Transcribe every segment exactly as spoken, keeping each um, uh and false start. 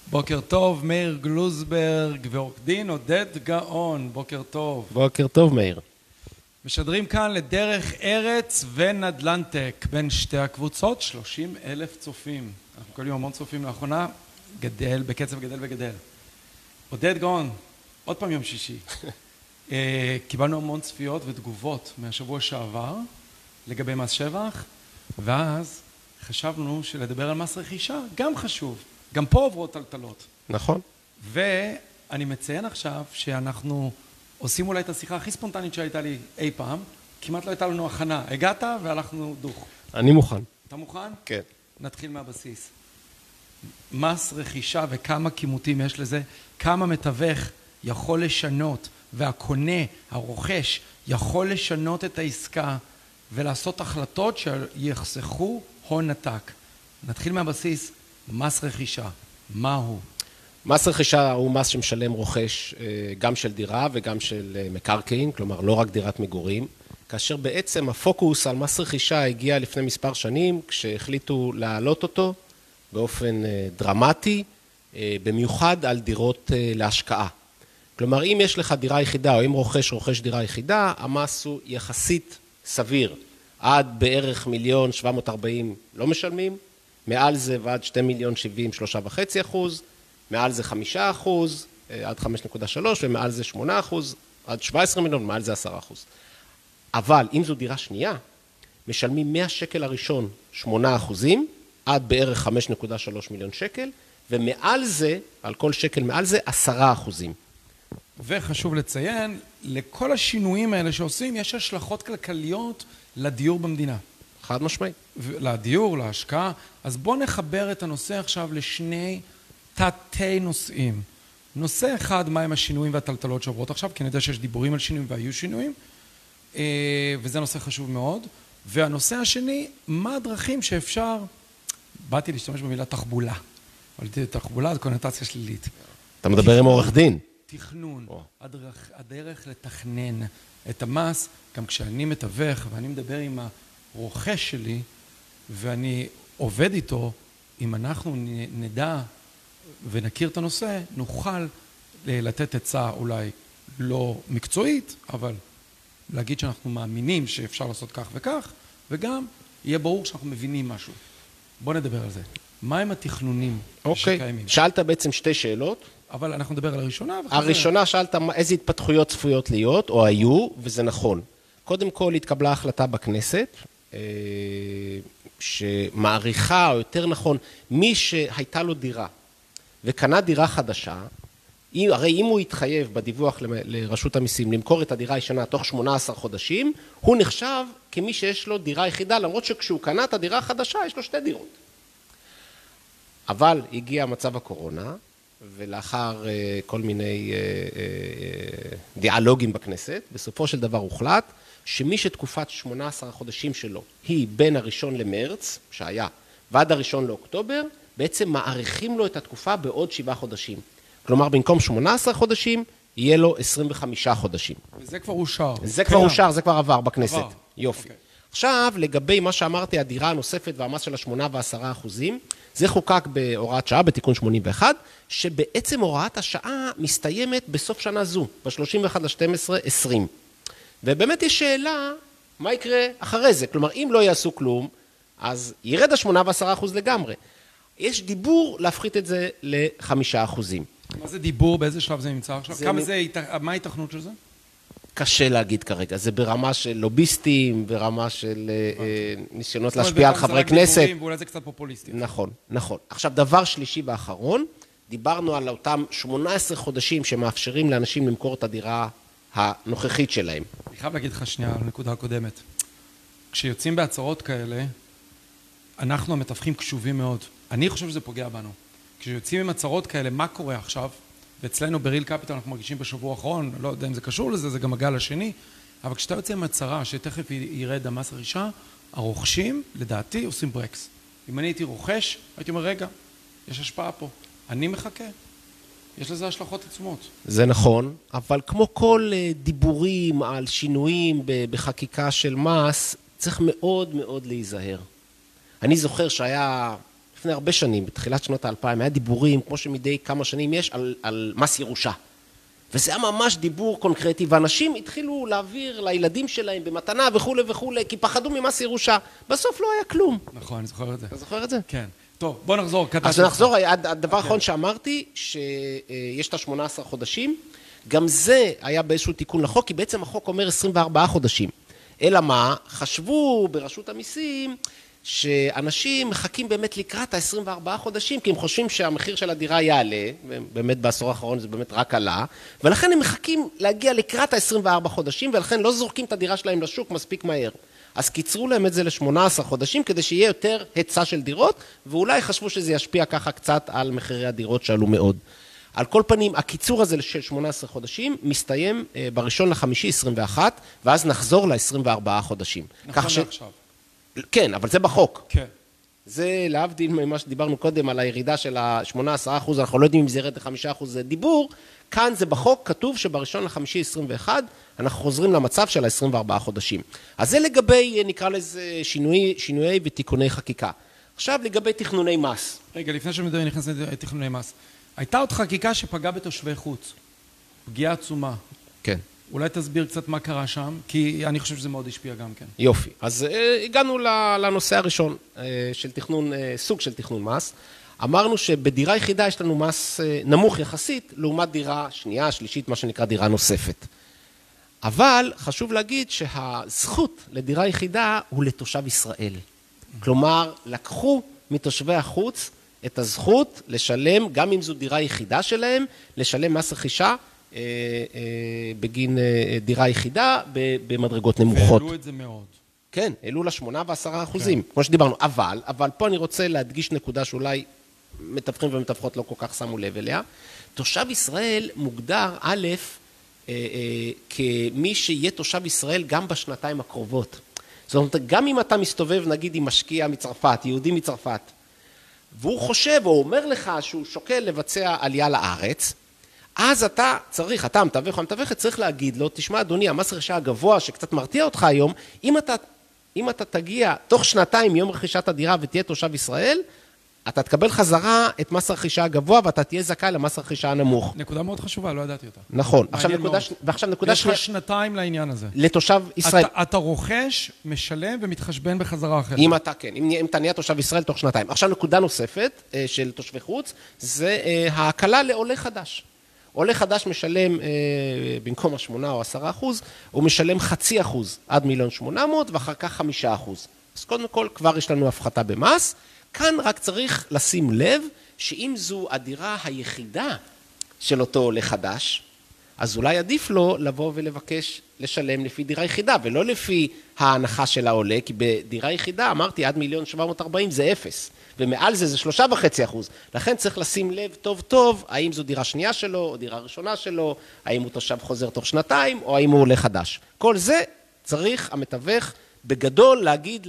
בוקר טוב, מאיר גלוזברג ועורך דין עודד גאון, בוקר טוב. בוקר טוב, מאיר. משדרים כאן לדרך ארץ ונדלנטק, בין שתי הקבוצות, שלושים אלף צופים. אנחנו קוראים המון צופים לאחרונה, גדל, בקצב גדל וגדל. עודד גאון, עוד פעם יום שישי. קיבלנו המון צפיות ותגובות מהשבוע שעבר לגבי מס שבח, ואז חשבנו שלדבר על מס רכישה גם חשוב. גם פה עוברות טלטלות. נכון. ואני מציין עכשיו שאנחנו עושים אולי את השיחה הכי ספונטנית שהייתה לי אי פעם, כמעט לא הייתה לנו הכנה. הגעת והלכנו דוך. אני מוכן. אתה מוכן? כן. נתחיל מהבסיס. מס רכישה וכמה כימותים יש לזה, כמה מתווך יכול לשנות, והקונה, הרוכש, יכול לשנות את העסקה ולעשות החלטות שיחסכו הון עתק. נתחיל מהבסיס. מס רכישה, מהו? מס רכישה הוא מס שמשלם רוכש גם של דירה וגם של מקרקעין, כלומר לא רק דירת מגורים, כאשר בעצם הפוקוס על מס רכישה הגיע לפני מספר שנים, כשהחליטו להעלות אותו באופן דרמטי, במיוחד על דירות להשקעה. כלומר, אם יש לך דירה יחידה, או אם רוכש רוכש דירה יחידה, המס הוא יחסית סביר. עד בערך מיליון שבע מאות וארבעים לא משלמים, מעל זה ועד שתי מיליון שבעים, שלושה וחצי אחוז, מעל זה חמישה אחוז, עד חמש נקודה שלוש, ומעל זה שמונה אחוז, עד שבע עשרה מיליון, מעל זה עשרה אחוז. אבל אם זו דירה שנייה, משלמים מאה שקל הראשון שמונה אחוזים, עד בערך חמש נקודה שלוש מיליון שקל, ומעל זה, על כל שקל מעל זה, עשרה אחוזים. וחשוב לציין, לכל השינויים האלה שעושים, יש השלכות כלכליות לדיור במדינה. חד משמעי. לדיור, להשקעה. אז בואו נחבר את הנושא עכשיו לשני תתי נושאים. נושא אחד, מהם השינויים והטלטלות שעוברות עכשיו, כי אני יודע שיש דיבורים על שינויים והיו שינויים, וזה נושא חשוב מאוד. והנושא השני, מה הדרכים שאפשר, באתי להשתמש במילה תחבולה. אבל תחבולה זה קונוטציה שלילית. אתה מדבר עם עורך דין. תכנון, הדרך, הדרך לתכנן את המס, גם כשאני מתווך ואני מדבר עם הרוכש שלי ואני עובד איתו, אם אנחנו נדע ונכיר את הנושא, נוכל לתת עצה אולי לא מקצועית, אבל להגיד שאנחנו מאמינים שאפשר לעשות כך וכך, וגם יהיה ברור שאנחנו מבינים משהו. בוא נדבר על זה. מהם התכנונים שקיימים? שאלת בעצם שתי שאלות. אבל אנחנו נדבר על הראשונה. הראשונה שאלת איזה התפתחויות צפויות להיות, או היו, וזה נכון. קודם כל התקבלה החלטה בכנסת, שמעריכה, או יותר נכון, מי שהייתה לו דירה, וקנה דירה חדשה, הרי אם הוא התחייב בדיווח לרשות המיסים למכור את הדירה הישנה תוך שמונה עשרה חודשים, הוא נחשב כמי שיש לו דירה יחידה, למרות שכשהוא קנה את הדירה החדשה, יש לו שתי דירות. אבל הגיע מצב הקורונה, ולאחר כל מיני דיאלוגים בכנסת, בסופו של דבר הוחלט שמי שתקופת שמונה עשרה חודשים שלו היא בין הראשון למרץ, שהיה, ועד הראשון לאוקטובר, בעצם מעריכים לו את התקופה בעוד שבעה חודשים. כלומר, במקום שמונה עשרה חודשים, יהיה לו עשרים וחמישה חודשים. וזה כבר אושר. זה כבר אושר, זה כבר עבר בכנסת. עבר. יופי. Okay. עכשיו, לגבי מה שאמרתי, הדירה הנוספת והמס של השמונה ועשרה אחוזים, זה חוקק בהוראת שעה, בתיקון שמונים ואחת, שבעצם הוראת השעה מסתיימת בסוף שנה זו, ב-שלושים ואחד לשתים עשרה עשרים. ובאמת יש שאלה, מה יקרה אחרי זה? כלומר, אם לא יעשו כלום, אז ירד ה-שמונה ועשרה אחוז לגמרי. יש דיבור להפחית את זה ל-חמישה אחוזים. מה זה דיבור? באיזה שלב זה נמצא עכשיו? זה כמה נ... זה, מה ההתכנות של זה? קשה להגיד כרגע. זה ברמה של לוביסטים, ברמה של ניסיונות להשפיע על חברי כנסת. ואולי זה קצת פופוליסטי. נכון, נכון. עכשיו, דבר שלישי ואחרון, דיברנו על אותם שמונה עשרה חודשים שמאפשרים לאנשים למכור את הדירה הנוכחית שלהם. אני חייב להגיד לך שנייה על הנקודה הקודמת. כשיוצאים בהצהרות כאלה, אנחנו המתווכים קשובים מאוד. אני חושב שזה פוגע בנו. כשיוצאים עם הצהרות כאלה, מה קורה עכשיו? ואצלנו בריל קפיטל אנחנו מרגישים בשבוע האחרון, לא יודע אם זה קשור לזה, זה גם הגל השני, אבל כשאתה יוצא עם הצהרה שתכף ירד המס הרכישה, הרוכשים, לדעתי, עושים ברקס. אם אני הייתי רוכש, הייתי אומר, רגע, יש השפעה פה. אני מחכה. יש לזה השלכות עצמות. זה נכון, אבל כמו כל דיבורים על שינויים בחקיקה של מס, צריך מאוד מאוד להיזהר. אני זוכר שהיה לפני הרבה שנים, בתחילת שנות האלפיים, היה דיבורים, כמו שמדי כמה שנים יש, על, על מס ירושה. וזה היה ממש דיבור קונקרטי, ואנשים התחילו להעביר לילדים שלהם במתנה וכו' וכו', כי פחדו ממס ירושה. בסוף לא היה כלום. נכון, אני זוכר את זה. אתה זוכר את זה? כן. טוב, בוא נחזור. אז נחזור, הדבר האחרון שאמרתי, שיש את ה-שמונה עשר חודשים, גם זה היה באיזשהו תיקון לחוק, כי בעצם החוק אומר עשרים וארבעה חודשים. אלא מה? חשבו ברשות המיסים שאנשים מחכים באמת לקראת ה-עשרים וארבעה חודשים, כי הם חושבים שהמחיר של הדירה יעלה, באמת בעשור האחרון זה באמת רק עלה, ולכן הם מחכים להגיע לקראת ה-עשרים וארבעה חודשים, ולכן לא זורקים את הדירה שלהם לשוק מספיק מהר. אז קיצרו להם את זה ל-שמונה עשר חודשים, כדי שיהיה יותר היצע של דירות, ואולי חשבו שזה ישפיע ככה קצת על מחירי הדירות שעלו מאוד. על כל פנים, הקיצור הזה של שמונה עשרה חודשים מסתיים בראשון לחמישי עשרים ואחת, ואז נחזור ל-עשרים וארבעה חודשים. נכון ש... עכשיו. כן, אבל זה בחוק. כן. זה להבדיל ממה שדיברנו קודם על הירידה של ה-שמונה עשרה אחוז, אנחנו לא יודעים אם זה ירד ל-חמישה אחוז, זה דיבור. כאן זה בחוק, כתוב שבראשון לחמישי עשרים ואחת, אנחנו חוזרים למצב של ה-עשרים וארבעה חודשים. אז זה לגבי, נקרא לזה, שינויי, שינויי ותיקוני חקיקה. עכשיו לגבי תכנוני מס. רגע, לפני שמדבר נכנס לתכנוני מס. הייתה עוד חקיקה שפגעה בתושבי חוץ. פגיעה עצומה. כן. אולי תסביר קצת מה קרה שם, כי אני חושב שזה מאוד השפיע גם כן. יופי. אז הגענו לנושא הראשון של תכנון, סוג של תכנון מס. אמרנו שבדירה יחידה יש לנו מס נמוך יחסית, לעומת דירה שנייה, שלישית, מה שנקרא דירה נוספת. אבל חשוב להגיד שהזכות לדירה יחידה הוא לתושב ישראל. כלומר, לקחו מתושבי החוץ את הזכות לשלם, גם אם זו דירה יחידה שלהם, לשלם מס רכישה אה, אה, בגין אה, דירה יחידה במדרגות נמוכות. והעלו את זה מאוד. כן, העלו לה-שמונה ועשרה אחוזים, כמו שדיברנו. אבל, אבל פה אני רוצה להדגיש נקודה שאולי מתווכים ומתווכות לא כל כך שמו לב אליה. תושב ישראל מוגדר א', אה, אה, כמי שיהיה תושב ישראל גם בשנתיים הקרובות. זאת אומרת, גם אם אתה מסתובב, נגיד, עם משקיע מצרפת, יהודי מצרפת, והוא חושב או אומר לך שהוא שוקל לבצע עלייה לארץ, אז אתה צריך, אתה המתווך או המתווכת, צריך להגיד לו, תשמע אדוני, המס רכישה הגבוה שקצת מרתיע אותך היום, אם אתה, אם אתה תגיע תוך שנתיים מיום רכישת הדירה ותהיה תושב ישראל, אתה תקבל חזרה את מס הרכישה הגבוה ואתה תהיה זכאי למס הרכישה הנמוך. נקודה מאוד חשובה, לא ידעתי אותה. נכון. עכשיו נקודה, ש... ועכשיו נקודה יש לך שנתיים לעניין הזה. לתושב ישראל. אתה, אתה רוכש, משלם ומתחשבן בחזרה אחרת. אם אתה כן, אם, אם אתה נהיה תושב ישראל תוך שנתיים. עכשיו נקודה נוספת של תושבי חוץ, זה ההקלה לעולה חדש. עולה חדש משלם במקום השמונה או עשרה אחוז, הוא משלם חצי אחוז עד מיליון שמונה מאות ואחר כך חמישה אחוז. אז קודם כל כבר יש לנו הפחתה במס. כאן רק צריך לשים לב שאם זו הדירה היחידה של אותו עולה חדש, אז אולי עדיף לו לבוא ולבקש לשלם לפי דירה יחידה, ולא לפי ההנחה של העולה, כי בדירה יחידה, אמרתי, עד מיליון שבע מאות ארבעים זה אפס, ומעל זה זה שלושה וחצי אחוז. לכן צריך לשים לב טוב טוב, האם זו דירה שנייה שלו, או דירה ראשונה שלו, האם הוא תושב חוזר תוך שנתיים, או האם הוא עולה חדש. כל זה צריך המתווך בגדול להגיד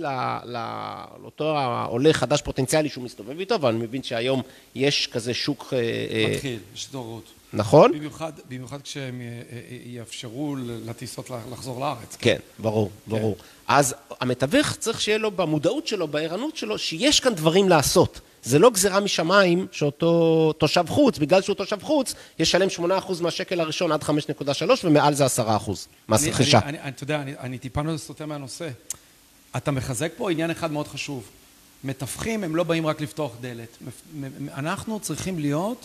לאותו העולה חדש פוטנציאלי שהוא מסתובב איתו, ואני מבין שהיום יש כזה שוק... מתחיל, יש דורות. נכון? במיוחד, במיוחד כשהם יאפשרו לטיסות לחזור לארץ. כן, ברור, ברור. אז המתווך צריך שיהיה לו במודעות שלו, בערנות שלו, שיש כאן דברים לעשות. זה לא גזירה משמיים שאותו תושב חוץ, בגלל שהוא תושב חוץ, ישלם שמונה אחוז מהשקל הראשון עד חמש נקודה שלוש, ומעל זה עשרה אחוז. מס רכישה. אתה יודע, אני טיפה לא סוטה מהנושא. אתה מחזק פה עניין אחד מאוד חשוב. מתווכים הם לא באים רק לפתוח דלת. אנחנו צריכים להיות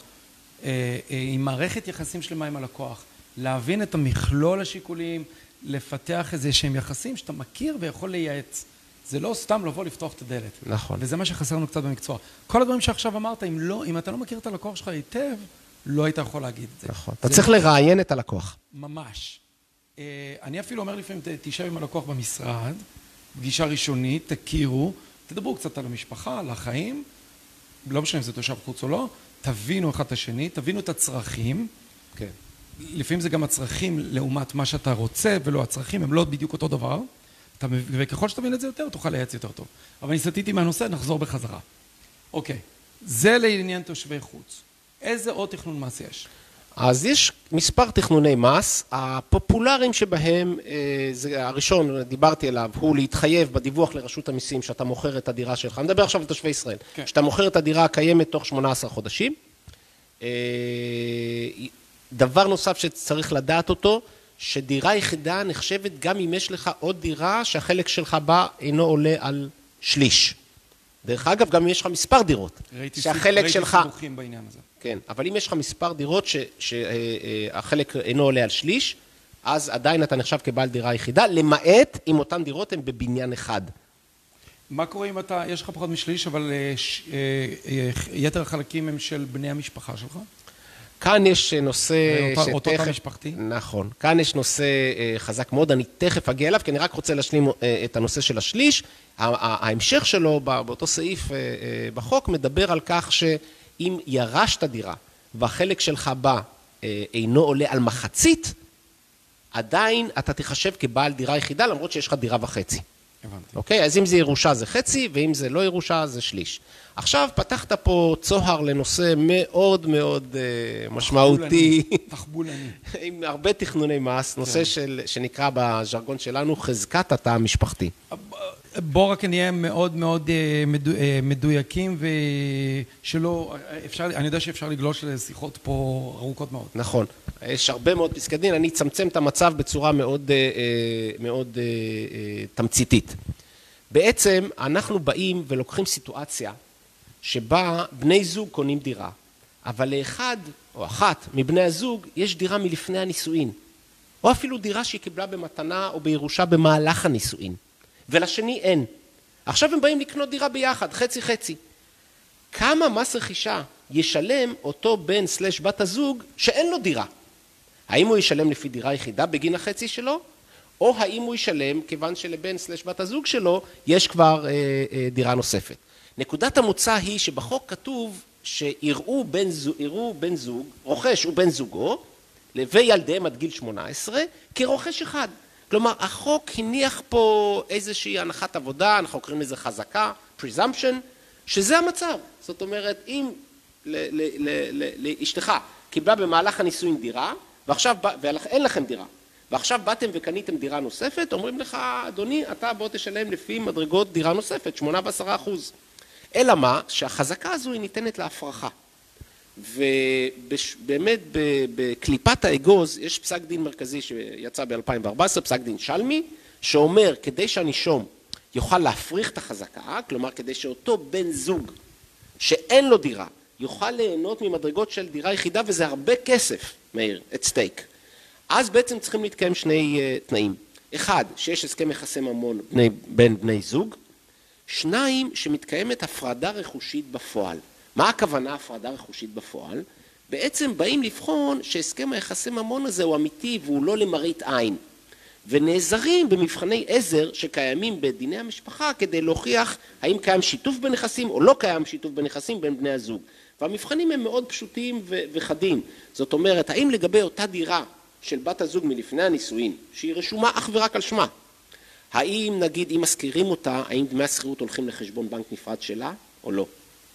עם מערכת יחסים שלמה עם הלקוח, להבין את המכלול השיקולים, לפתח איזה שהם יחסים שאתה מכיר ויכול לייעץ. זה לא סתם לבוא לפתוח את הדלת. נכון. וזה מה שחסרנו קצת במקצוע. כל הדברים שעכשיו אמרת, אם לא, אם אתה לא מכיר את הלקוח שלך היטב, לא היית יכול להגיד את זה. נכון. אתה צריך לראיין את הלקוח. ממש. אני אפילו אומר לפעמים, תשב עם הלקוח במשרד, פגישה ראשונית, תכירו, תדברו קצת על המשפחה, על החיים, לא משנה אם זה תושב חוץ או לא, תבינו אחד את השני, תבינו את הצרכים. כן. לפעמים זה גם הצרכים לעומת מה שאתה רוצה, ולא הצרכים, הם לא בדיוק אותו דבר. וככל שתבין את זה יותר, תוכל לייעץ יותר טוב. אבל אני סטיתי מהנושא, נחזור בחזרה. אוקיי, זה לעניין תושבי חוץ. איזה עוד תכנון מס יש? אז יש מספר תכנוני מס, הפופולריים שבהם, זה הראשון, דיברתי עליו, הוא להתחייב בדיווח לרשות המיסים שאתה מוכר את הדירה שלך. אני מדבר עכשיו על תושבי ישראל. כן. שאתה מוכר את הדירה הקיימת תוך שמונה עשרה חודשים. דבר נוסף שצריך לדעת אותו, שדירה יחידה נחשבת גם אם יש לך עוד דירה שהחלק שלך בה אינו עולה על שליש. דרך אגב, גם אם יש לך מספר דירות, ראיתי שהחלק שלך... ראיתי סיבוכים בעניין הזה. כן, אבל אם יש לך מספר דירות ש... שהחלק אינו עולה על שליש, אז עדיין אתה נחשב כבעל דירה יחידה, למעט אם אותן דירות הן בבניין אחד. מה קורה אם אתה, יש לך פחות משליש, אבל ש... יתר החלקים הם של בני המשפחה שלך? כאן יש נושא שתכף... אותו תא משפחתי? נכון. כאן יש נושא חזק מאוד, אני תכף אגיע אליו, כי אני רק רוצה להשלים את הנושא של השליש. ההמשך שלו באותו סעיף בחוק מדבר על כך שאם ירשת דירה והחלק שלך בה אינו עולה על מחצית, עדיין אתה תחשב כבעל דירה יחידה, למרות שיש לך דירה וחצי. הבנתי. אוקיי? אז אם זה ירושה זה חצי, ואם זה לא ירושה זה שליש. עכשיו פתחת פה צוהר לנושא מאוד מאוד משמעותי. תחבולני. עם הרבה תכנוני מס, נושא של, שנקרא בז'רגון שלנו חזקת התא המשפחתי. בוא רק נהיה מאוד מאוד מדו, מדויקים ושלא, אפשר, אני יודע שאפשר לגלוש לשיחות פה ארוכות מאוד. נכון. יש הרבה מאוד פסקי דין, אני אצמצם את המצב בצורה מאוד, מאוד תמציתית. בעצם אנחנו באים ולוקחים סיטואציה שבה בני זוג קונים דירה, אבל לאחד או אחת מבני הזוג יש דירה מלפני הנישואין, או אפילו דירה שהיא קיבלה במתנה או בירושה במהלך הנישואין, ולשני אין. עכשיו הם באים לקנות דירה ביחד, חצי חצי. כמה מס רכישה ישלם אותו בן סלש בת הזוג שאין לו דירה? האם הוא ישלם לפי דירה יחידה בגין החצי שלו, או האם הוא ישלם כיוון שלבן סלש בת הזוג שלו יש כבר אה, אה, דירה נוספת? נקודת המוצא היא שבחוק כתוב שיראו בן זוג, יראו בן זוג, רוכש ובן זוגו, וילדיהם עד גיל שמונה עשרה, כרוכש אחד. כלומר, החוק הניח פה איזושהי הנחת עבודה, אנחנו קוראים לזה חזקה, presumption, שזה המצב. זאת אומרת, אם לאשתך קיבלה במהלך הנישואין דירה, ועכשיו, ואין לכם דירה, ועכשיו באתם וקניתם דירה נוספת, אומרים לך, אדוני, אתה בוא תשלם לפי מדרגות דירה נוספת, שמונה ועשרה אחוז. אלא מה? שהחזקה הזו היא ניתנת להפרחה. ובאמת בקליפת האגוז יש פסק דין מרכזי שיצא ב-אלפיים וארבע עשרה, פסק דין שלמי, שאומר כדי שהנישום יוכל להפריך את החזקה, כלומר כדי שאותו בן זוג שאין לו דירה יוכל ליהנות ממדרגות של דירה יחידה, וזה הרבה כסף, מאיר, את סטייק. אז בעצם צריכים להתקיים שני uh, תנאים. אחד, שיש הסכם יחסי ממון בני, בין בני זוג. שניים, שמתקיימת הפרדה רכושית בפועל. מה הכוונה הפרדה רכושית בפועל? בעצם באים לבחון שהסכם היחסי ממון הזה הוא אמיתי והוא לא למראית עין. ונעזרים במבחני עזר שקיימים בדיני המשפחה כדי להוכיח האם קיים שיתוף בנכסים או לא קיים שיתוף בנכסים בין בני הזוג. והמבחנים הם מאוד פשוטים ו- וחדים. זאת אומרת, האם לגבי אותה דירה של בת הזוג מלפני הנישואין, שהיא רשומה אך ורק על שמה, האם נגיד אם מזכירים אותה, האם דמי השכירות הולכים לחשבון בנק נפרד שלה או לא?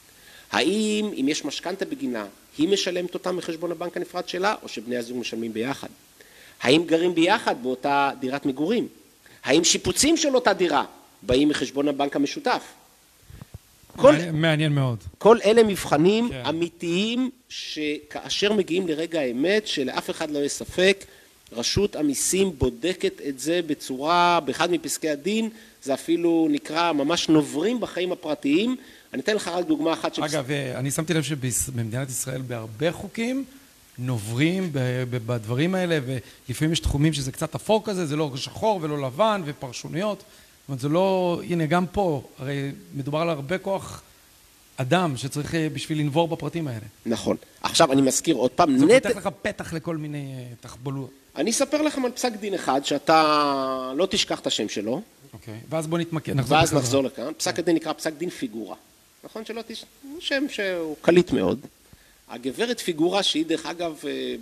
האם אם יש משכנתה בגינה, היא משלמת אותה מחשבון הבנק הנפרד שלה או שבני הזוג משלמים ביחד? האם גרים ביחד באותה דירת מגורים? האם שיפוצים של אותה דירה באים מחשבון הבנק המשותף? כל, מעניין מאוד. כל אלה מבחנים כן. אמיתיים שכאשר מגיעים לרגע האמת שלאף אחד לא יש ספק, רשות המיסים בודקת את זה בצורה, באחד מפסקי הדין, זה אפילו נקרא ממש נוברים בחיים הפרטיים. אני אתן לך רק דוגמה אחת. אגב, שבס... אני שמתי לב שבמדינת ישראל בהרבה חוקים נוברים בדברים האלה, ולפעמים יש תחומים שזה קצת אפור כזה, זה לא שחור ולא לבן ופרשוניות. זאת אומרת, זה לא, הנה גם פה, הרי מדובר על הרבה כוח אדם שצריך בשביל לנבור בפרטים האלה. נכון. עכשיו אני מזכיר עוד פעם. זה נתח לך פתח לכל מיני תחבולות. אני אספר לכם על פסק דין אחד שאתה לא תשכח את השם שלו. אוקיי, ואז בוא נתמקד. ואז נחזור לכאן. פסק הדין נקרא פסק דין פיגורה. נכון שלא תשכח? שם שהוא קליט מאוד. הגברת פיגורה שהיא דרך אגב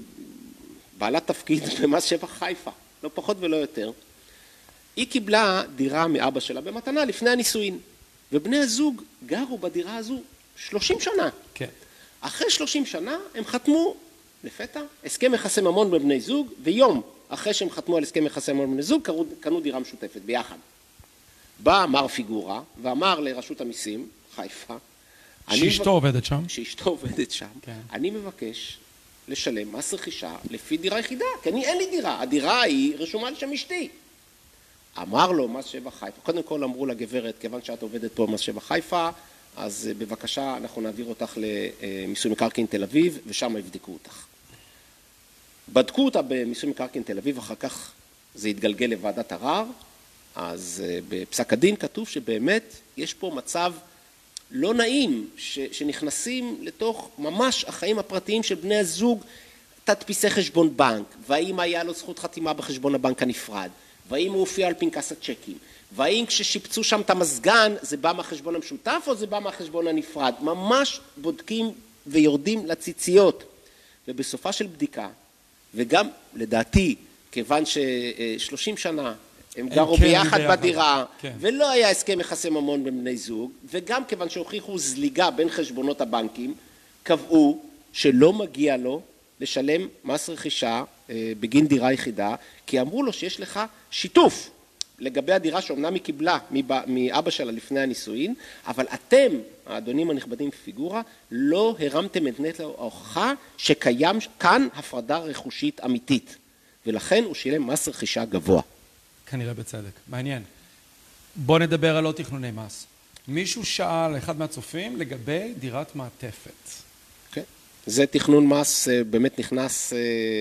בעלת תפקיד במס שבח חיפה, לא פחות ולא יותר. היא קיבלה דירה מאבא שלה במתנה לפני הנישואין, ובני הזוג גרו בדירה הזו שלושים שנה. כן. אחרי שלושים שנה הם חתמו לפתע, הסכם יחסי ממון בין בני זוג, ויום אחרי שהם חתמו על הסכם יחסי ממון בין בני זוג, קנו, קנו דירה משותפת ביחד. בא מר פיגורה ואמר לרשות המיסים, חיפה, שאשתו עובדת שם. שאשתו עובדת שם. כן. אני מבקש לשלם מס רכישה לפי דירה יחידה, כי אני אין לי דירה, הדירה היא רשומה לשם אשתי. אמר לו מס שבח חיפה, קודם כל אמרו לגברת, כיוון שאת עובדת פה במס שבח חיפה, אז בבקשה אנחנו נעביר אותך למיסוי מקרקעין תל אביב, ושם יבדקו אותך. בדקו אותה במיסוי מקרקעין תל אביב, אחר כך זה התגלגל לוועדת ערר, אז בפסק הדין כתוב שבאמת יש פה מצב לא נעים, ש, שנכנסים לתוך ממש החיים הפרטיים של בני הזוג, תדפיסי חשבון בנק, והאם היה לו זכות חתימה בחשבון הבנק הנפרד, והאם הוא הופיע על פנקס הצ'קים, והאם כששיפצו שם את המזגן, זה בא מהחשבון המשותף או זה בא מהחשבון הנפרד, ממש בודקים ויורדים לציציות, ובסופה של בדיקה, וגם לדעתי, כיוון ששלושים שנה, הם גרו ביחד בדירה, ולא היה הסכם יחסי ממון בין בני זוג, וגם כיוון שהוכיחו זליגה בין חשבונות הבנקים, קבעו שלא מגיע לו לשלם מס רכישה בגין דירה יחידה, כי אמרו לו שיש לך שיתוף לגבי הדירה שאומנם היא קיבלה מאבא שלה לפני הנישואין, אבל אתם, האדונים הנכבדים פיגורה, לא הרמתם את נטל ההוכחה שקיים כאן הפרדה רכושית אמיתית, ולכן הוא שילם מס רכישה גבוה. כנראה בצדק. מעניין. בוא נדבר על עוד תכנוני מס. מישהו שאל, אחד מהצופים, לגבי דירת מעטפת. כן. זה תכנון מס באמת נכנס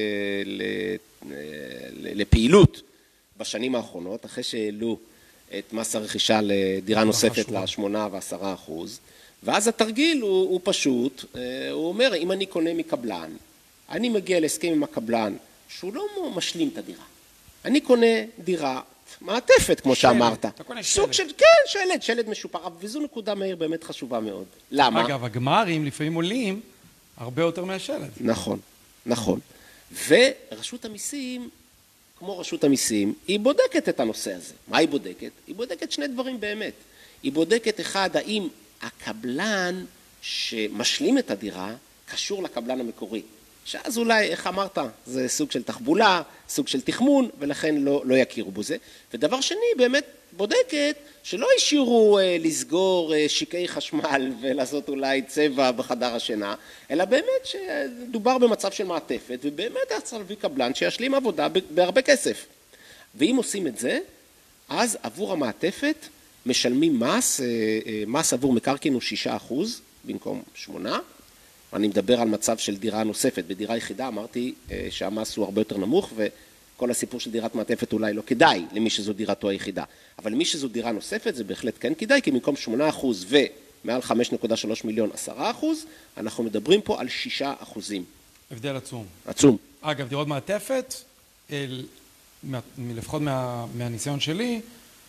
לפעילות בשנים האחרונות, אחרי שהעלו את מס הרכישה לדירה נוספת לשמונה ועשרה אחוז, ואז התרגיל הוא, הוא פשוט, הוא אומר, אם אני קונה מקבלן, אני מגיע להסכם עם הקבלן, שהוא לא משלים את הדירה. אני קונה דירה, מעטפת, כמו שלד. שאמרת. אתה קונה סוג שלד. של, כן, שלד, שלד משופר, וזו נקודה מהיר באמת חשובה מאוד. למה? אגב, הגמרים לפעמים עולים הרבה יותר מהשלד. נכון, נכון. ורשות המיסים, כמו רשות המיסים, היא בודקת את הנושא הזה. מה היא בודקת? היא בודקת שני דברים באמת. היא בודקת אחד, האם הקבלן שמשלים את הדירה קשור לקבלן המקורי. שאז אולי, איך אמרת, זה סוג של תחבולה, סוג של תחמון, ולכן לא, לא יכירו בזה. ודבר שני, באמת בודקת שלא השאירו אה, לסגור אה, שקעי חשמל ולעשות אולי צבע בחדר השינה, אלא באמת שדובר במצב של מעטפת, ובאמת היה צריך להביא קבלן שישלים עבודה בהרבה כסף. ואם עושים את זה, אז עבור המעטפת משלמים מס, אה, אה, מס עבור מקרקעין הוא שישה אחוז במקום שמונה, אני מדבר על מצב של דירה נוספת. בדירה יחידה אמרתי שהמס הוא הרבה יותר נמוך, וכל הסיפור של דירת מעטפת אולי לא כדאי למי שזו דירתו היחידה. אבל למי שזו דירה נוספת זה בהחלט כן כדאי, כי במקום שמונה אחוז ומעל חמש נקודה שלוש מיליון עשרה אחוז, אנחנו מדברים פה על שישה אחוזים. הבדל עצום. עצום. אגב, דירות מעטפת, אל, לפחות מה, מהניסיון שלי,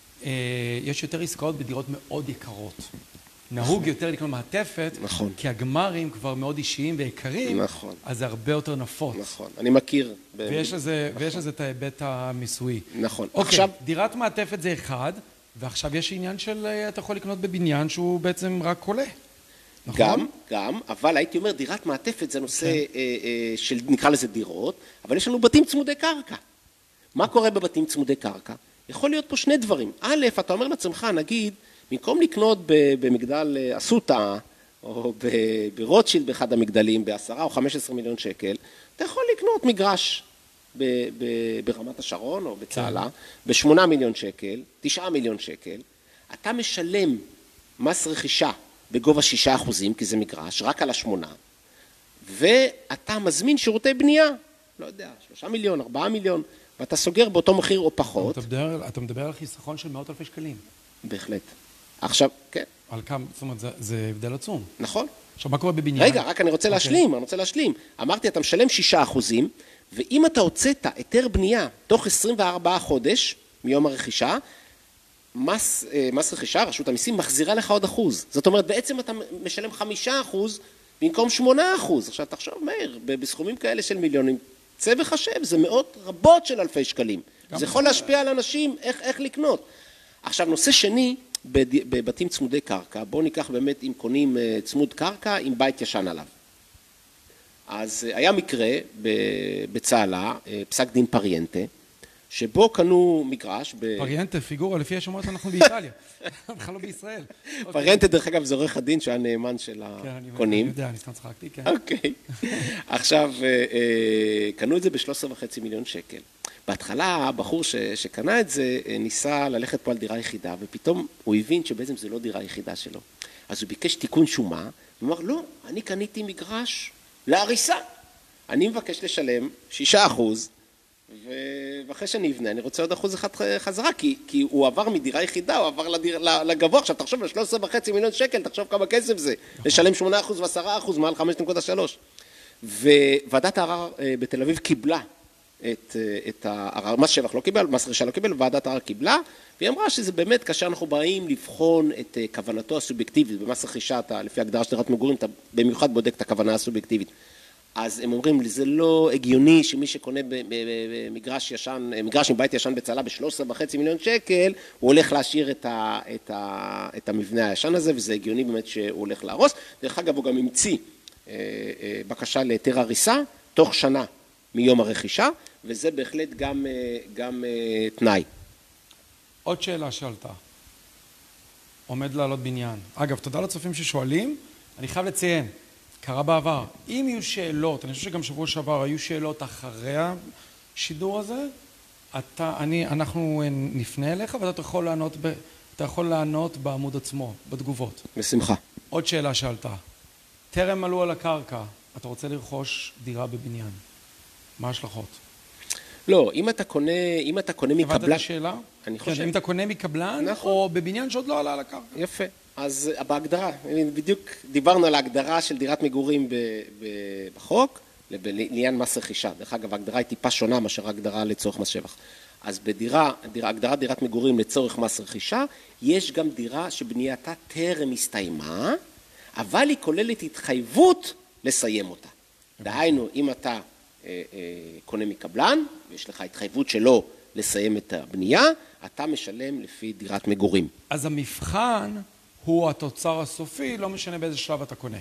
יש יותר עסקאות בדירות מאוד יקרות. נהוג יותר לקנות מעטפת, נכון. כי הגמרים כבר מאוד אישיים ויקרים, נכון. אז זה הרבה יותר נפוץ. נכון, אני מכיר. ב... ויש לזה, נכון. ויש לזה את ההיבט המיסוי. נכון. אוקיי, עכשיו... דירת מעטפת זה אחד, ועכשיו יש עניין של, אתה יכול לקנות בבניין שהוא בעצם רק עולה. נכון? גם, גם, אבל הייתי אומר, דירת מעטפת זה נושא כן. אה, אה, של, נקרא לזה דירות, אבל יש לנו בתים צמודי קרקע. מה קורה בבתים צמודי קרקע? יכול להיות פה שני דברים. א', אתה אומר לעצמך, נגיד, במקום לקנות במגדל אסותא, או ברוטשילד באחד המגדלים, בעשרה או חמש עשרה מיליון שקל, אתה יכול לקנות מגרש ברמת השרון או בצהלה, בשמונה מיליון שקל, תשעה מיליון שקל, אתה משלם מס רכישה בגובה שישה אחוזים, כי זה מגרש, רק על השמונה, ואתה מזמין שירותי בנייה, לא יודע, שלושה מיליון, ארבעה מיליון, ואתה סוגר באותו מחיר או פחות. אתה מדבר, אתה מדבר על חיסכון של מאות אלפי שקלים. בהחלט. עכשיו, כן. על כמה, זאת אומרת, זה, זה הבדל עצום. נכון. עכשיו, מה קורה בבניין? רגע, רק אני רוצה להשלים, אני רוצה להשלים. אמרתי, אתה משלם שישה אחוזים, ואם אתה הוצאת היתר בנייה תוך עשרים וארבעה חודש מיום הרכישה, מס, מס רכישה, רשות המיסים, מחזירה לך עוד אחוז. זאת אומרת, בעצם אתה משלם חמישה אחוז במקום שמונה אחוז. עכשיו, תחשוב, מאיר, בסכומים כאלה של מיליונים, צא וחשב, זה מאות רבות של אלפי שקלים. זה יכול להשפיע על אנשים איך, איך לקנות. עכשיו, נושא שני, בבתים צמודי קרקע, בואו ניקח באמת אם קונים צמוד קרקע עם בית ישן עליו. אז היה מקרה בצהלה, פסק דין פריינטה, שבו קנו מגרש ב... פריינטה, פיגורה, לפי השמות אנחנו באיטליה, אנחנו לא בישראל. פריינטה, דרך אגב, זה עורך הדין שהיה נאמן של הקונים. אני יודע, אני סתם צחקתי, כן. אוקיי. עכשיו, קנו את זה ב-שלושה עשר וחצי מיליון שקל. בהתחלה, הבחור שקנה את זה, ניסה ללכת פה על דירה יחידה, ופתאום הוא הבין שבעצם זה לא דירה יחידה שלו. אז הוא ביקש תיקון שומה, הוא אמר, לא, אני קניתי מגרש להריסה. אני מבקש לשלם שישה אחוז, ואחרי שאני אבנה, אני רוצה עוד אחוז אחד חזרה, כי, כי הוא עבר מדירה יחידה, הוא עבר לדיר, לגבוה. עכשיו, תחשוב, ל-שלושה עשר וחצי מיליון שקל, תחשוב כמה כסף זה. לשלם שמונה אחוז ו-עשרה אחוז מעל חמש נקודה שלוש. וועדת הערר בתל אביב קיבלה את, את הערר, מס שבח לא קיבל, מס רכישה לא קיבל, ועדת הערר קיבלה, והיא אמרה שזה באמת, כאשר אנחנו באים לבחון את כוונתו הסובייקטיבית, במס רכישה, לפי הגדרה של דירת מגורים, אתה במיוחד בודק את הכוונה הסובייקטיבית. אז הם אומרים לי, זה לא הגיוני שמי שקונה במגרש ישן, מגרש עם בית ישן בצהלה ב-שלושה עשר וחצי מיליון שקל, הוא הולך להשאיר את, ה, את, ה, את המבנה הישן הזה, וזה הגיוני באמת שהוא הולך להרוס. דרך אגב, הוא גם המציא בקשה להיתר הריסה, תוך שנה מיום הרכישה, וזה בהחלט גם, גם תנאי. עוד שאלה שעלתה. עומד לעלות בניין. אגב, תודה לצופים ששואלים, אני חייב לציין, קרה בעבר. אם יהיו שאלות, אני חושב שגם שבוע שעבר היו שאלות אחרי השידור הזה, אתה, אני, אנחנו נפנה אליך ואתה יכול לענות, ב, אתה יכול לענות בעמוד עצמו, בתגובות. בשמחה. עוד שאלה שעלתה. טרם עלו על הקרקע, אתה רוצה לרכוש דירה בבניין. מה ההשלכות? לא, אם אתה קונה, אם אתה קונה מקבלן... הבנת את השאלה? אני חושב. כן, אם אתה קונה מקבלן, נכון. או בבניין שעוד לא עלה על הקרקע. יפה. אז בהגדרה, בדיוק דיברנו על ההגדרה של דירת מגורים בחוק, לעניין מס רכישה. דרך אגב, ההגדרה היא טיפה שונה מאשר ההגדרה לצורך מס שבח. אז בדירה, הגדרה דירת מגורים לצורך מס רכישה, יש גם דירה שבנייתה טרם הסתיימה, אבל היא כוללת התחייבות לסיים אותה. דהיינו, אם אתה אה, אה, קונה מקבלן, ויש לך התחייבות שלו לסיים את הבנייה, אתה משלם לפי דירת מגורים. אז המבחן הוא התוצר הסופי, לא משנה באיזה שלב אתה קונה.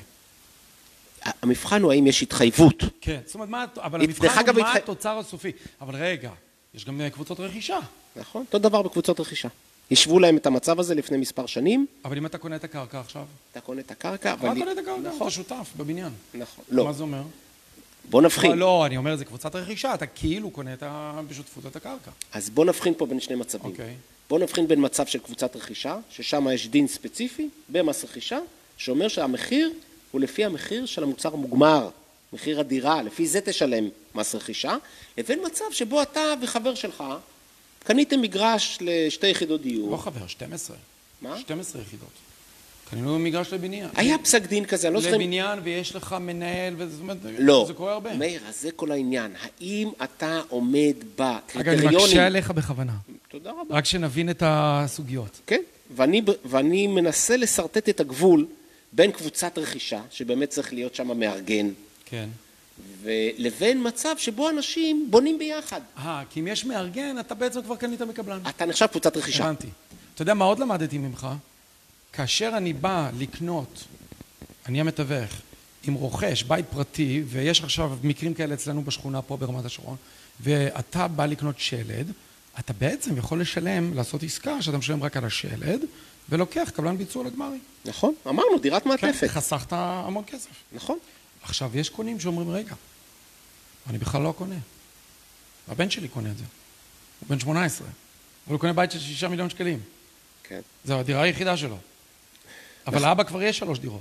המבחן הוא האם יש התחייבות. כן, זאת אומרת, מה, אבל המבחן הוא מה התוצר הסופי. אבל רגע, יש גם קבוצות רכישה. נכון, אותו דבר בקבוצות רכישה. ישבו להם את המצב הזה לפני מספר שנים. אבל אם אתה קונה את הקרקע עכשיו? אתה קונה את הקרקע, אבל... אתה קונה את הקרקע, אתה שותף בבניין. נכון, לא. מה זה אומר? בוא נבחין. לא, אני אומר, זה קבוצת רכישה, אתה כאילו קונה בשותפות את הקרקע. אז בוא נבחין פה בין שני מצבים. אוקיי. בוא נבחין בין מצב של קבוצת רכישה, ששם יש דין ספציפי במס רכישה, שאומר שהמחיר הוא לפי המחיר של המוצר המוגמר, מחיר הדירה, לפי זה תשלם מס רכישה, לבין מצב שבו אתה וחבר שלך קניתם מגרש לשתי יחידות דיור. לא חבר, שתים עשרה. מה? שתים עשרה יחידות. קנינו מגרש לבניין. היה פסק דין כזה, אני לא זוכר... לבניין ויש לך מנהל, וזה לא. קורה הרבה. מאיר, אז זה כל העניין. האם אתה עומד בקריטריונים... רגע, אני מקשה עליך בכוונה. תודה רבה. רק שנבין את הסוגיות. כן, ואני, ואני מנסה לסרטט את הגבול בין קבוצת רכישה, שבאמת צריך להיות שם מארגן, כן. ולבין מצב שבו אנשים בונים ביחד. אה, כי אם יש מארגן, אתה בעצם כבר קנית מקבלן. אתה נחשב קבוצת רכישה. הבנתי. אתה יודע מה עוד למדתי ממך? כאשר אני בא לקנות, אני המתווך, עם רוכש, בית פרטי, ויש עכשיו מקרים כאלה אצלנו בשכונה פה ברמת השרון, ואתה בא לקנות שלד, אתה בעצם יכול לשלם, לעשות עסקה שאתה משלם רק על השלד, ולוקח קבלן ביצוע לגמרי. נכון, אמרנו, דירת מעטפת. כן, חסכת המון כסף. נכון. עכשיו, יש קונים שאומרים, רגע, אני בכלל לא קונה. הבן שלי קונה את זה. הוא בן שמונה עשרה. אבל הוא קונה בית של שישה מיליון שקלים. כן. זו הדירה היחידה שלו. אבל לאבא כבר יש שלוש דירות.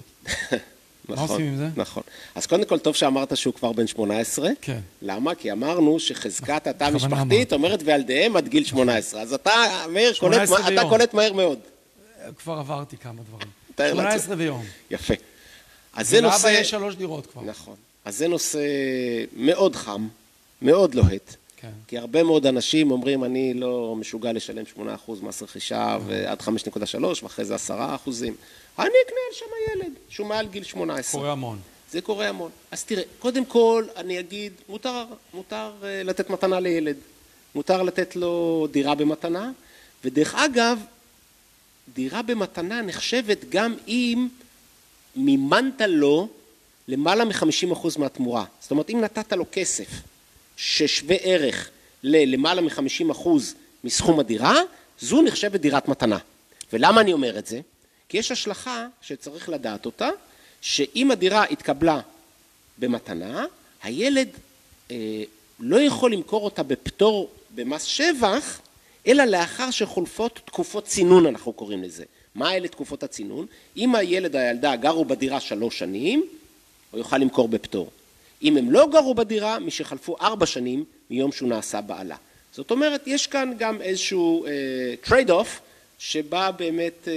מה עושים עם זה? נכון. אז קודם כל, טוב שאמרת שהוא כבר בן שמונה עשרה. כן. למה? כי אמרנו שחזקת התא המשפחתית אומרת וילדיהם עד גיל שמונה עשרה. אז אתה, מאיר, אתה קולט מהר מאוד. כבר עברתי כמה דברים. שמונה עשרה ביום. יפה. אז זה נושא... ולאבא יש שלוש דירות כבר. נכון. אז זה נושא מאוד חם, מאוד לוהט. כן. כי הרבה מאוד אנשים אומרים, אני לא משוגע לשלם שמונה אחוז מס רכישה ועד חמש נקודה שלוש ואחרי זה עשרה אחוזים. אני אקנה על שם הילד, שהוא מעל גיל שמונה עשרה. קורה המון. זה קורה המון. אז תראה, קודם כל אני אגיד, מותר, מותר לתת מתנה לילד. מותר לתת לו דירה במתנה, ודרך אגב, דירה במתנה נחשבת גם אם מימנת לו למעלה מ-חמישים אחוז מהתמורה. זאת אומרת, אם נתת לו כסף ששווה ערך ללמעלה מ-חמישים אחוז מסכום הדירה, זו נחשבת דירת מתנה. ולמה אני אומר את זה? כי יש השלכה שצריך לדעת אותה, שאם הדירה התקבלה במתנה, הילד אה, לא יכול למכור אותה בפטור במס שבח, אלא לאחר שחולפות תקופות צינון, אנחנו קוראים לזה. מה אלה תקופות הצינון? אם הילד או הילדה גרו בדירה שלוש שנים, הוא יוכל למכור בפטור. אם הם לא גרו בדירה, מי שחלפו ארבע שנים מיום שהוא נעשה בעלה. זאת אומרת, יש כאן גם איזשהו טרייד uh, אוף, שבא באמת uh, uh,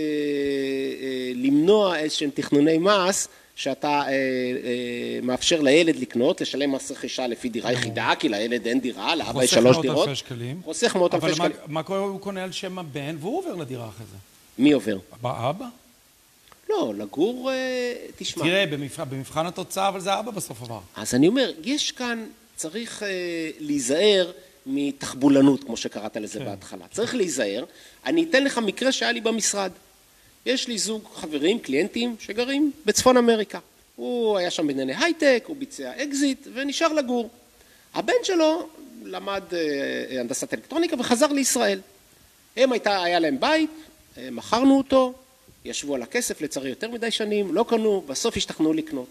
למנוע איזשהם תכנוני מס, שאתה uh, uh, מאפשר לילד לקנות, לשלם מס רכישה לפי דירה יחידה, כי לילד אין דירה, לאבא יש שלוש דירות. חוסך מאות אלפי שקלים. חוסך מאות אלפי שקלים. אבל מה קורה, הוא קונה על שם הבן, והוא עובר לדירה אחרי זה? מי עובר? האבא? לא, לגור, תשמע. תראה, במבחן, במבחן התוצאה, אבל זה האבא בסוף עבר. אז אני אומר, יש כאן, צריך להיזהר מתחבולנות, כמו שקראת לזה בהתחלה. צריך להיזהר. אני אתן לך מקרה שהיה לי במשרד. יש לי זוג חברים, קליינטים, שגרים בצפון אמריקה. הוא היה שם בענייני הייטק, הוא ביצע אקזיט, ונשאר לגור. הבן שלו למד הנדסת אלקטרוניקה וחזר לישראל. הם הייתה, היה להם בית, מכרנו אותו, ישבו על הכסף, לצערי יותר מדי שנים, לא קנו, בסוף השתכנעו לקנות.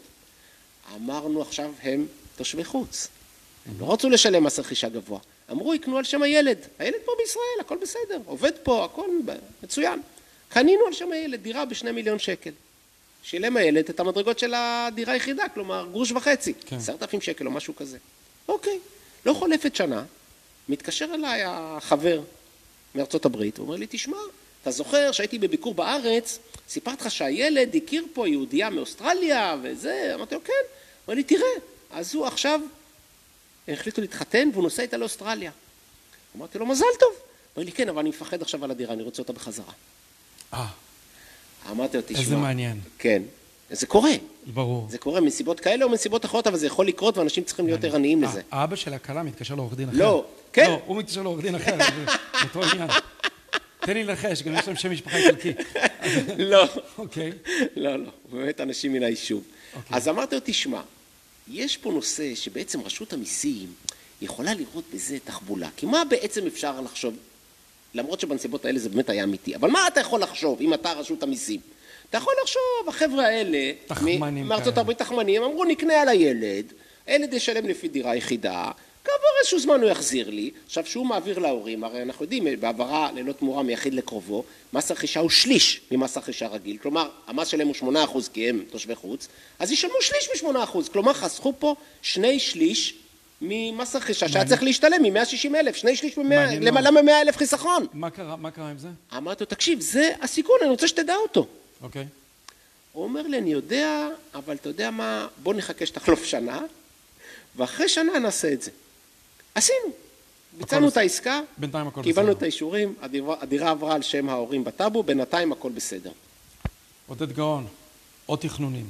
אמרנו עכשיו הם תושבי חוץ. הם לא רצו לשלם מס רכישה גבוה. אמרו, יקנו על שם הילד. הילד פה בישראל, הכל בסדר, עובד פה, הכל מצוין. קנינו על שם הילד, דירה בשני מיליון שקל. שילם הילד את המדרגות של הדירה היחידה, כלומר, גרוש וחצי. עשרת אלפים שקל או משהו כזה. אוקיי, לא חולפת שנה, מתקשר אליי החבר מארצות הברית, הוא אומר לי, תשמע, אתה זוכר שהייתי בביקור בארץ, סיפרת לך שהילד הכיר פה יהודייה מאוסטרליה וזה, אמרתי לו, כן. הוא אומר לי, תראה, אז הוא עכשיו, החליטו להתחתן והוא נוסע איתה לאוסטרליה. אמרתי לו, מזל טוב. הוא אומר לי, כן, אבל אני מפחד עכשיו על הדירה, אני רוצה אותה בחזרה. אה. אמרתי לו, תשמע. איזה מעניין. כן. זה קורה. ברור. זה קורה מסיבות כאלה או מסיבות אחרות, אבל זה יכול לקרות ואנשים צריכים להיות ערניים לזה. האבא של הכלה מתקשר לעורך דין אחר. לא, כן. לא, הוא מתקשר לעורך דין אחר, זה אותו עניין. תן לי לחש, גם יש להם שם משפחה איטלקי. לא. אוקיי. לא, לא, באמת אנשים מן היישוב. אז אמרתי לו, תשמע, יש פה נושא שבעצם רשות המיסים יכולה לראות בזה תחבולה. כי מה בעצם אפשר לחשוב, למרות שבנסיבות האלה זה באמת היה אמיתי, אבל מה אתה יכול לחשוב אם אתה רשות המיסים? אתה יכול לחשוב, החבר'ה האלה, מארצות הברית תחמנים, אמרו נקנה על הילד, הילד ישלם לפי דירה יחידה, כעבור איזשהו זמן הוא יחזיר לי, עכשיו שהוא מעביר להורים, הרי אנחנו יודעים, בעברה ללא תמורה מיחיד לקרובו, מס הרכישה הוא שליש ממס הרכישה רגיל, כלומר, המס שלהם הוא שמונה אחוז כי הם תושבי חוץ, אז ישלמו שליש משמונה אחוז, כלומר, חסכו פה שני שליש ממס הרכישה, שהיה צריך להשתלם מ-מאה ושישים אלף, שני שליש למעלה מ-מאה אלף חיסכון. מה קרה, מה קרה עם זה? אמרתי לו, תקשיב, זה הסיכון, אני רוצה שתדע אותו. אוקיי. הוא אומר לי, אני יודע, אבל אתה יודע מה, בוא נחכה שתחלוף שנה, ואחרי שנה נעשה את זה. עשינו. ביצענו את העסקה, קיבלנו את האישורים, הדירה עברה על שם ההורים בטאבו, בינתיים הכל בסדר. עודד גאון, עוד תכנונים.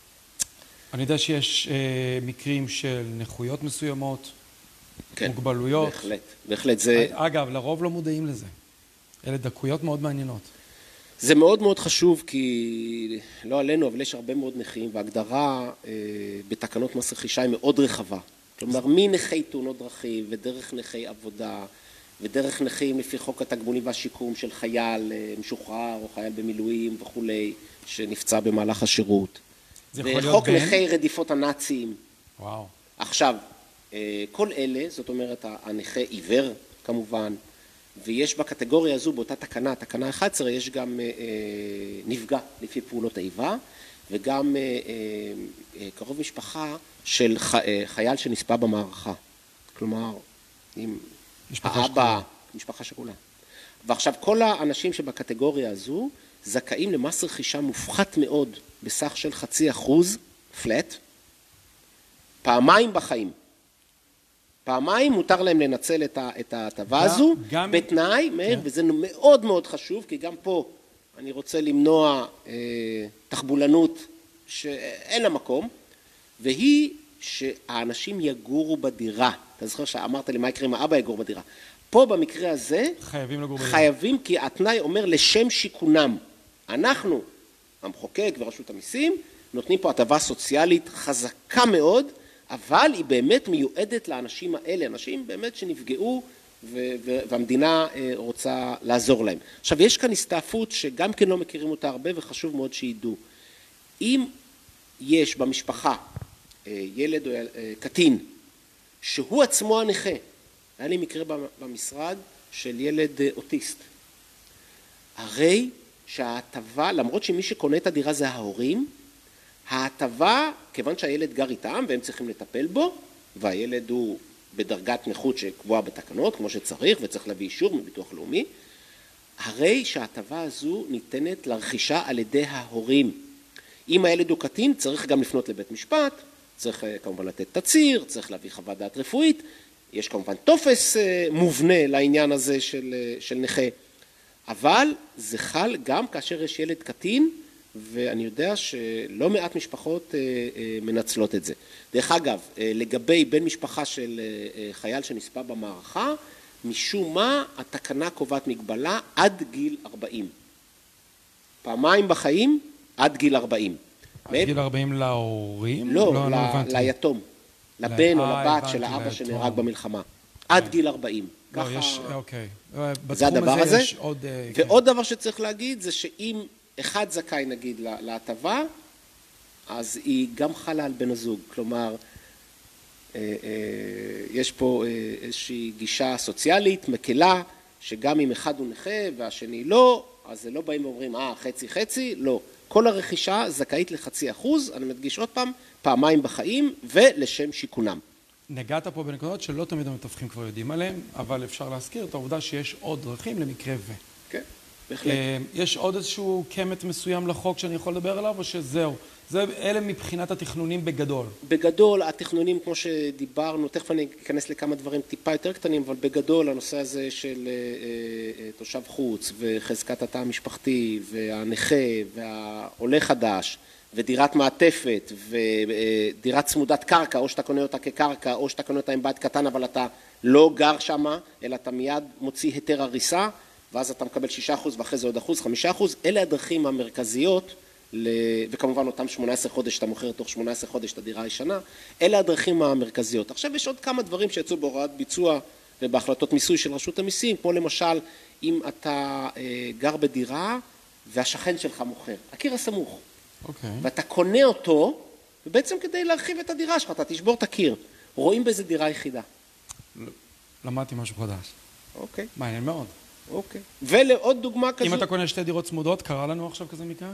אני יודע שיש אה, מקרים של נכויות מסוימות, כן, מוגבלויות. בהחלט, בהחלט זה... אגב, לרוב לא מודעים לזה. אלה דקויות מאוד מעניינות. זה מאוד מאוד חשוב, כי לא עלינו, אבל יש הרבה מאוד נכים, וההגדרה אה, בתקנות מס רכישה היא מאוד רחבה. כלומר, מנכי תאונות דרכים, ודרך נכי עבודה, ודרך נכים לפי חוק התגמולים והשיקום של חייל משוחרר, או חייל במילואים וכולי, שנפצע במהלך השירות. וחוק נכי רדיפות הנאצים. וואו. עכשיו, כל אלה, זאת אומרת, הנכה עיוור כמובן, ויש בקטגוריה הזו, באותה תקנה, תקנה אחת עשרה, יש גם נפגע לפי פעולות האיבה, וגם קרוב משפחה של חייל שנספה במערכה. כלומר, עם האבא, משפחה שכולה. ועכשיו, כל האנשים שבקטגוריה הזו, זכאים למס רכישה מופחת מאוד, בסך של חצי אחוז, פלט, פעמיים בחיים. פעמיים מותר להם לנצל את ההטבה הזו, בתנאי, מאיר, וזה מאוד מאוד חשוב, כי גם פה אני רוצה למנוע תחבולנות שאין לה מקום, והיא שהאנשים יגורו בדירה. אתה זוכר שאמרת לי מה יקרה אם האבא יגור בדירה. פה במקרה הזה, חייבים לגור בדירה. חייבים, כי התנאי אומר לשם שיקונם. אנחנו, המחוקק ורשות המיסים, נותנים פה הטבה סוציאלית חזקה מאוד, אבל היא באמת מיועדת לאנשים האלה, אנשים באמת שנפגעו והמדינה רוצה לעזור להם. עכשיו, יש כאן הסתעפות שגם כן לא מכירים אותה הרבה וחשוב מאוד שידעו. אם יש במשפחה ילד או קטין שהוא עצמו הנכה, היה לי מקרה במשרד של ילד אוטיסט, הרי שההטבה, למרות שמי שקונה את הדירה זה ההורים, ההטבה, כיוון שהילד גר איתם והם צריכים לטפל בו, והילד הוא בדרגת נכות שקבועה בתקנות, כמו שצריך, וצריך להביא אישור מביטוח לאומי, הרי שההטבה הזו ניתנת לרכישה על ידי ההורים. אם הילד הוא קטין, צריך גם לפנות לבית משפט, צריך כמובן לתת תצהיר, צריך להביא חוות דעת רפואית, יש כמובן טופס מובנה לעניין הזה של, של נכה, אבל זה חל גם כאשר יש ילד קטין, ואני יודע שלא מעט משפחות מנצלות את זה. דרך אגב, לגבי בן משפחה של חייל שנספה במערכה, משום מה התקנה קובעת מגבלה עד גיל ארבעים. פעמיים בחיים עד גיל ארבעים. עד גיל ארבעים להורים? לא, לא, לא ליתום. לבן או לבת של האבא שנהרג במלחמה. עד גיל ארבעים. לא, יש, אוקיי. זה הדבר הזה. עוד, ועוד דבר שצריך להגיד זה שאם אחד זכאי נגיד להטבה, אז היא גם חלה על בן הזוג. כלומר, יש פה איזושהי גישה סוציאלית, מקלה, שגם אם אחד הוא נכה והשני לא, אז זה לא באים ואומרים, אה, חצי חצי, לא. כל הרכישה זכאית לחצי אחוז, אני מדגיש עוד פעם, פעמיים בחיים ולשם שיקונם. נגעת פה בנקודות שלא תמיד המתווכים כבר יודעים עליהם, אבל אפשר להזכיר את העובדה שיש עוד דרכים למקרה ו. כן, בהחלט. יש עוד איזשהו קמת מסוים לחוק שאני יכול לדבר עליו, או שזהו? זה אלה מבחינת התכנונים בגדול. בגדול, התכנונים, כמו שדיברנו, תכף אני אכנס לכמה דברים טיפה יותר קטנים, אבל בגדול, הנושא הזה של תושב חוץ, וחזקת התא המשפחתי, והנכה, והעולה חדש, ודירת מעטפת, ודירת צמודת קרקע, או שאתה קונה אותה כקרקע, או שאתה קונה אותה עם בית קטן, אבל אתה לא גר שמה, אלא אתה מיד מוציא היתר הריסה, ואז אתה מקבל שישה אחוז, ואחרי זה עוד אחוז, חמישה אחוז. אלה הדרכים המרכזיות, וכמובן אותם שמונה עשרה חודש, אתה מוכר תוך שמונה עשרה חודש את הדירה הישנה, אלה הדרכים המרכזיות. עכשיו יש עוד כמה דברים שיצאו בהוראת ביצוע ובהחלטות מיסוי של רשות המיסים, כמו למשל, אם אתה גר בדירה והשכן שלך מוכר, הקיר הסמוך, אוקיי. ואתה קונה אותו, ובעצם כדי להרחיב את הדירה שלך, אתה תשבור את הקיר, רואים באיזה דירה יחידה. למדתי משהו חדש. אוקיי. מעניין מאוד. אוקיי. ולעוד דוגמה כזו... אם אתה קונה שתי דירות צמודות, קרה לנו עכשיו כזה מקרה?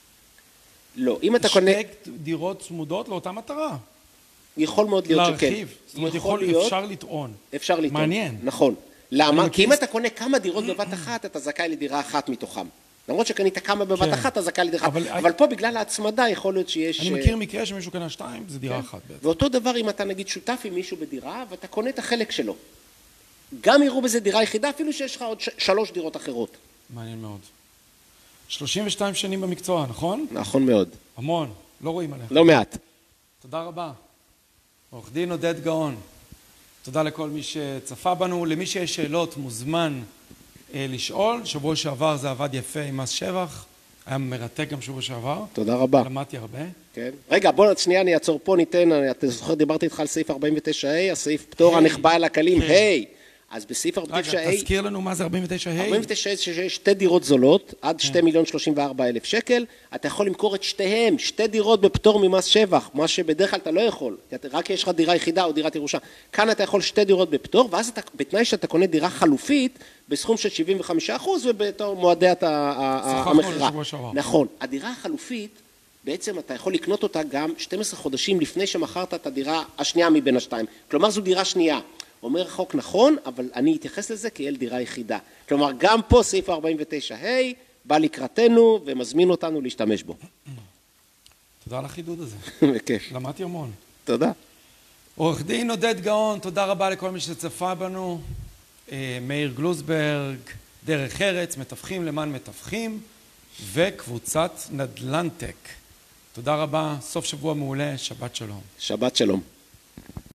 לא, אם אתה קונה... שתי דירות צמודות לאותה מטרה. יכול מאוד להיות שכן. להרחיב. זאת אומרת, יכול, להיות, אפשר לטעון. אפשר לטעון. מעניין. נכון. למה? כי אם אתה קונה כמה דירות בבת אחת, אתה זכאי לדירה אחת מתוכם. למרות שקנית כמה בבת כן. אחת, אתה זכאי לדירה אחת. אבל, אבל פה בגלל ההצמדה יכול להיות שיש... אני מכיר מקרה שמישהו קנה שתיים, זה דירה כן. אחת בעצם. ואותו דבר אם אתה נגיד שותף עם מישהו בדירה, ואתה קונה את החלק שלו. גם יראו בזה דירה יחידה, אפילו שיש לך עוד ש... שלוש דירות אחרות. מעניין מאוד. שלושים ושתיים שנים במקצוע, נכון? נכון מאוד. המון, לא רואים עליך. לא מעט. תודה רבה. עורך דין עודד גאון. תודה לכל מי שצפה בנו. למי שיש שאלות מוזמן אה, לשאול. שבוע שעבר זה עבד יפה עם מס שבח. היה מרתק גם שבוע שעבר. תודה רבה. למדתי הרבה. כן. רגע, בוא, שנייה, אני אעצור פה, ניתן, אתה זוכר, דיברתי איתך על סעיף ארבעים ותשע ה', הסעיף פטור הנחבא על הכלים, היי. אז בסעיף ארבעים ותשע ה', רגע, תזכיר לנו מה זה ארבעים ותשע ה'. ארבעים ותשע ה' שיש שתי דירות זולות, עד שני מיליון שלושים וארבע אלף שקל, אתה יכול למכור את שתיהם, שתי דירות בפטור ממס שבח, מה שבדרך כלל אתה לא יכול, רק יש לך דירה יחידה או דירת ירושה. כאן אתה יכול שתי דירות בפטור, ואז אתה, בתנאי שאתה קונה דירה חלופית, בסכום של שבעים וחמישה אחוז, ובתור מועדי המחירה. נכון. הדירה החלופית, בעצם אתה יכול לקנות אותה גם שנים עשר חודשים לפני שמכרת את הדירה השנייה מבין השתיים. כלומר, זו דירה שנייה. אומר חוק נכון, אבל אני אתייחס לזה כאל דירה יחידה. כלומר, גם פה סעיף ארבעים ותשע ה' בא לקראתנו ומזמין אותנו להשתמש בו. תודה על החידוד הזה. בכיף. למדתי המון. תודה. עורך דין עודד גאון, תודה רבה לכל מי שצפה בנו. מאיר גלוזברג, דרך ארץ, מתווכים למען מתווכים, וקבוצת נדל"נטק. תודה רבה, סוף שבוע מעולה, שבת שלום. שבת שלום.